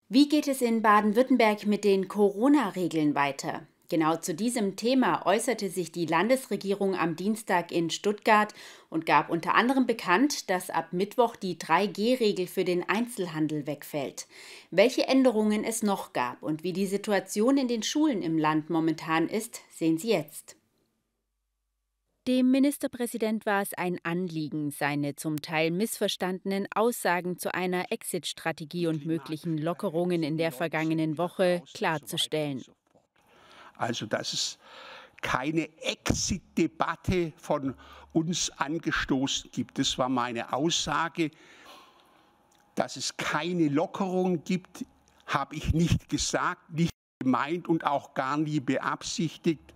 Wie geht es in Baden-Württemberg mit den Corona-Regeln weiter? Genau zu diesem Thema äußerte sich die Landesregierung am Dienstag in Stuttgart und gab unter anderem bekannt, dass ab Mittwoch die 3G-Regel für den Einzelhandel wegfällt. Welche Änderungen es noch gab und wie die Situation in den Schulen im Land momentan ist, sehen Sie jetzt. Dem Ministerpräsident war es ein Anliegen, seine zum Teil missverstandenen Aussagen zu einer Exit-Strategie und möglichen Lockerungen in der vergangenen Woche klarzustellen. Also, dass es keine Exit-Debatte von uns angestoßen gibt. Das war meine Aussage. Dass es keine Lockerung gibt, habe ich nicht gesagt, nicht gemeint und auch gar nie beabsichtigt.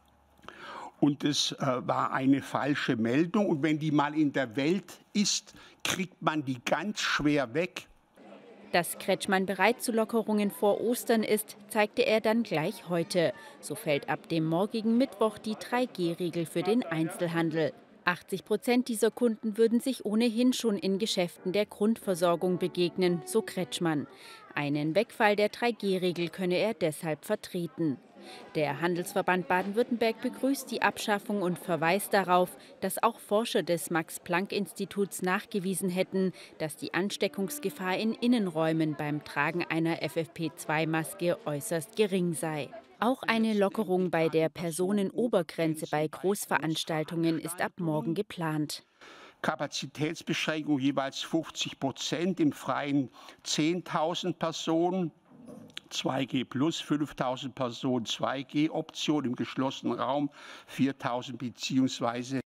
Und es war eine falsche Meldung. Und wenn die mal in der Welt ist, kriegt man die ganz schwer weg. Dass Kretschmann bereit zu Lockerungen vor Ostern ist, zeigte er dann gleich heute. So fällt ab dem morgigen Mittwoch die 3G-Regel für den Einzelhandel. 80% dieser Kunden würden sich ohnehin schon in Geschäften der Grundversorgung begegnen, so Kretschmann. Einen Wegfall der 3G-Regel könne er deshalb vertreten. Der Handelsverband Baden-Württemberg begrüßt die Abschaffung und verweist darauf, dass auch Forscher des Max-Planck-Instituts nachgewiesen hätten, dass die Ansteckungsgefahr in Innenräumen beim Tragen einer FFP2-Maske äußerst gering sei. Auch eine Lockerung bei der Personenobergrenze bei Großveranstaltungen ist ab morgen geplant. Kapazitätsbeschränkung jeweils 50%, im Freien 10.000 Personen. 2G plus 5.000 Personen, 2G-Option im geschlossenen Raum 4.000 bzw.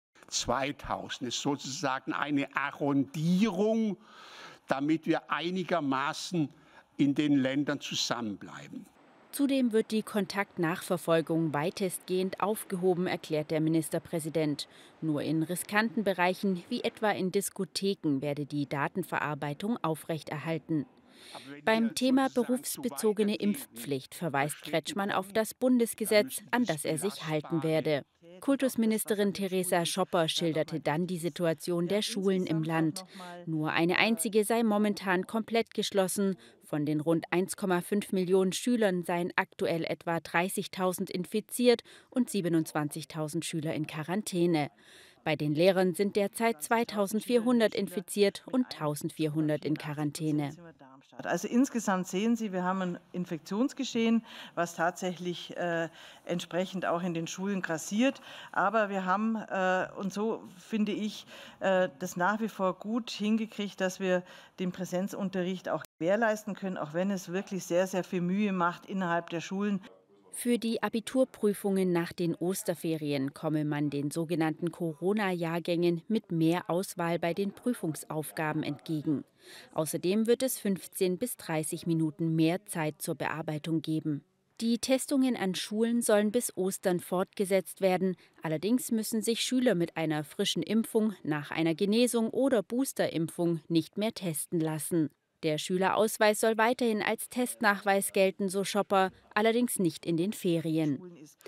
2.000. Ist sozusagen eine Arrondierung, damit wir einigermaßen in den Ländern zusammenbleiben. Zudem wird die Kontaktnachverfolgung weitestgehend aufgehoben, erklärt der Ministerpräsident. Nur in riskanten Bereichen, wie etwa in Diskotheken, werde die Datenverarbeitung aufrechterhalten. Beim Thema berufsbezogene Impfpflicht verweist Kretschmann auf das Bundesgesetz, an das er sich halten werde. Kultusministerin Theresa Schopper schilderte dann die Situation der Schulen im Land. Nur eine einzige sei momentan komplett geschlossen. Von den rund 1,5 Millionen Schülern seien aktuell etwa 30.000 infiziert und 27.000 Schüler in Quarantäne. Bei den Lehrern sind derzeit 2.400 infiziert und 1.400 in Quarantäne. Also insgesamt sehen Sie, wir haben ein Infektionsgeschehen, was tatsächlich entsprechend auch in den Schulen grassiert. Aber wir haben, und so finde ich, das nach wie vor gut hingekriegt, dass wir den Präsenzunterricht auch gewährleisten können, auch wenn es wirklich sehr, sehr viel Mühe macht innerhalb der Schulen. Für die Abiturprüfungen nach den Osterferien komme man den sogenannten Corona-Jahrgängen mit mehr Auswahl bei den Prüfungsaufgaben entgegen. Außerdem wird es 15 bis 30 Minuten mehr Zeit zur Bearbeitung geben. Die Testungen an Schulen sollen bis Ostern fortgesetzt werden. Allerdings müssen sich Schüler mit einer frischen Impfung, nach einer Genesung oder Boosterimpfung nicht mehr testen lassen. Der Schülerausweis soll weiterhin als Testnachweis gelten, so Schopper, allerdings nicht in den Ferien.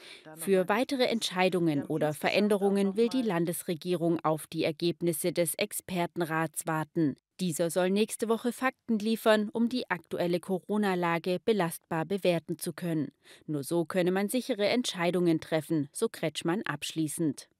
Für weitere Entscheidungen oder Veränderungen will die Landesregierung auf die Ergebnisse des Expertenrats warten. Dieser soll nächste Woche Fakten liefern, um die aktuelle Corona-Lage belastbar bewerten zu können. Nur so könne man sichere Entscheidungen treffen, so Kretschmann abschließend.